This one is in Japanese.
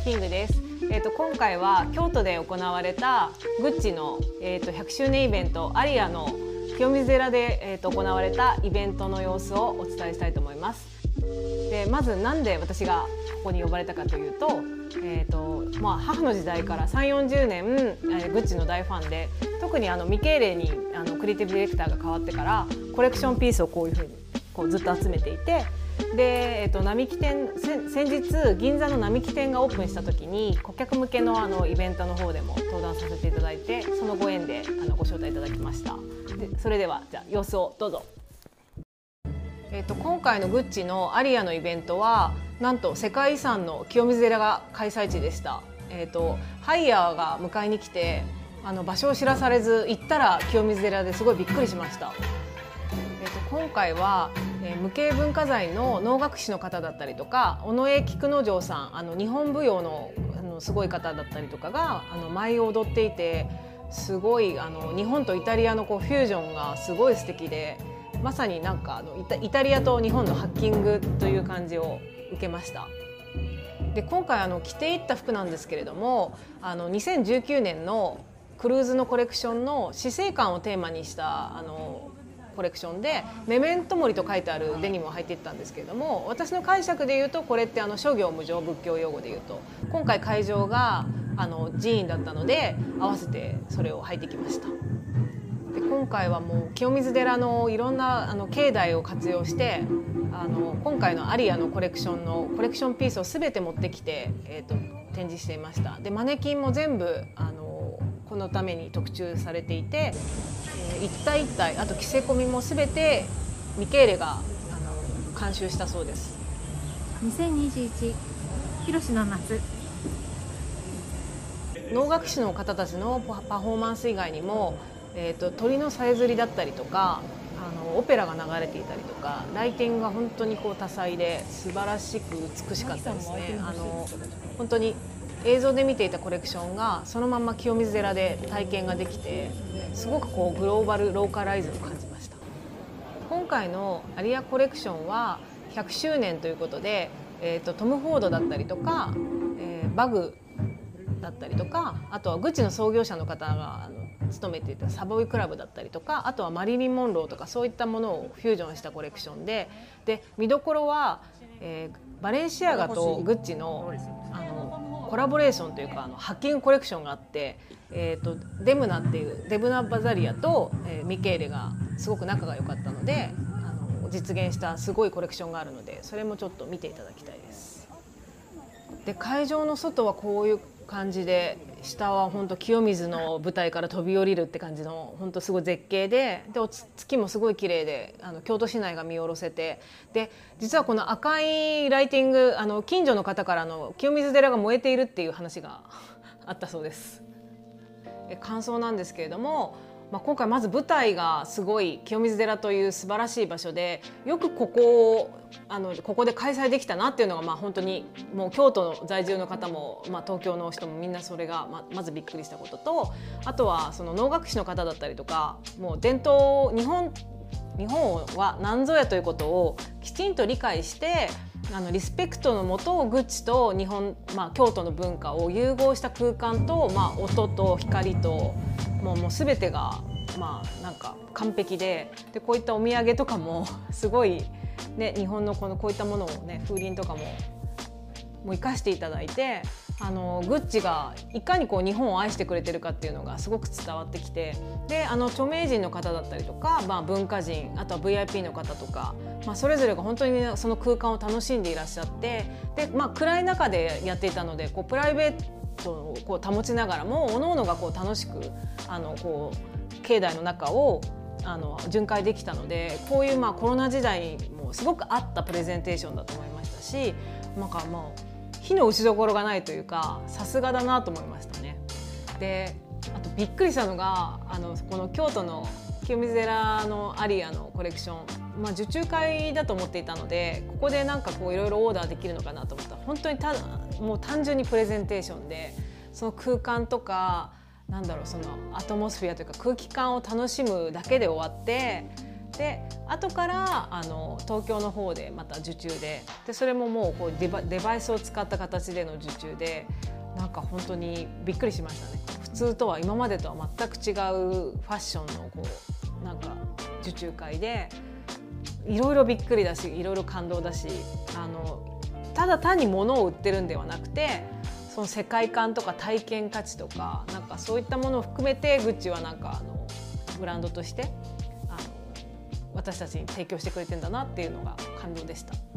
ピングです。今回は京都で行われたグッチの、100周年イベントアリアの清水寺で、行われたイベントの様子をお伝えしたいと思います。でまずなんで私がここに呼ばれたかというと、母の時代から3、40年、グッチの大ファンで、特にミケーレにクリエイティブディレクターが変わってからコレクションピースをこういうふうにずっと集めていて、で、並木店先日銀座の並木店がオープンした時に顧客向けのイベントの方でも登壇させていただいて、そのご縁でご招待いただきました。でそれではじゃあ様子をどうぞ。今回のグッチのアリアのイベントはなんと世界遺産の清水寺が開催地でした。ハイヤーが迎えに来て場所を知らされず行ったら清水寺ですごいびっくりしました。今回は無形文化財の能楽師の方だったりとか、尾上菊之丞さん、日本舞踊のすごい方だったりとかが舞を踊っていて、すごい日本とイタリアのフュージョンがすごい素敵で、まさになんかイタリアと日本のハッキングという感じを受けました。で今回着ていった服なんですけれども、2019年のクルーズのコレクションの死生観をテーマにしたコレクションでメメントモリと書いてあるデニムを履いていったんですけれども、私の解釈で言うとこれって諸行無常、仏教用語で言うと今回会場が寺院だったので合わせてそれを履いてきました。で今回はもう清水寺のいろんな境内を活用して今回のアリアのコレクションピースを全て持ってきて、展示していました。でマネキンも全部このために特注されていて、一体一体、あと着せ込みも全てミケーレが監修したそうです。 2021広の夏。 能楽師の方たちのパフォーマンス以外にも、鳥のさえずりだったりとかオペラが流れていたりとか、ライティングが本当に多彩で素晴らしく美しかったですね。本当に映像で見ていたコレクションがそのまま清水寺で体験ができて、すごくグローバルローカライズを感じました。今回のアリアコレクションは100周年ということで、トム・フォードだったりとか、バグだったりとか、あとはグッチの創業者の方が勤めていたサボイクラブだったりとか、あとはマリリン・モンローとか、そういったものをフュージョンしたコレクションで、見どころは、バレンシアガとグッチのコラボレーションというかハッキングコレクションがあって、デムナっていうデブナ・バザリアと、ミケーレがすごく仲が良かったので実現したすごいコレクションがあるので、それもちょっと見ていただきたいです。で会場の外はこういう感じで、下は本当清水の舞台から飛び降りるって感じの本当すごい絶景で、月もすごい綺麗で京都市内が見下ろせて、で実はこの赤いライティング近所の方から清水寺が燃えているっていう話があったそうです。感想なんですけれども、今回まず舞台がすごい清水寺という素晴らしい場所で、よくここで開催できたなっていうのが本当にもう京都の在住の方も、東京の人もみんなそれがまずびっくりしたことと、あとはその能楽師の方だったりとか、もう伝統日本は何ぞやということをきちんと理解してリスペクトのもとグッチと京都の文化を融合した空間と、音と光ともう全てがなんか完璧で、こういったお土産とかもすごい、ね、日本のこういったものをね、風鈴とかも生かしていただいて、グッチがいかに日本を愛してくれてるかっていうのがすごく伝わってきて、で著名人の方だったりとか、文化人、あとは VIP の方とか、それぞれが本当に、その空間を楽しんでいらっしゃって、で、暗い中でやっていたのでプライベートを保ちながらも各々が楽しく境内の中を巡回できたので、こういうコロナ時代にもすごく合ったプレゼンテーションだと思いましたし、なんか火の打ちどころがないというか、さすがだなと思いましたね。であとびっくりしたのがこの京都の清水寺のアリアのコレクション、受注会だと思っていたので、ここでなんかいろいろオーダーできるのかなと思ったら、本当にもう単純にプレゼンテーションで、その空間とかそのアトモスフィアというか空気感を楽しむだけで終わって、 で後から東京の方でまた受注でそれももうこうデバイスを使った形での受注でなんか本当にびっくりしましたね。普通とは今までとは全く違うファッションのこうなんか受注会でいろいろびっくりだしいろいろ感動だしただ単に物を売ってるんではなくてその世界観とか体験価値とかなんかそういったものを含めてグッチはなんかブランドとして私たちに提供してくれてんだなっていうのが感動でした。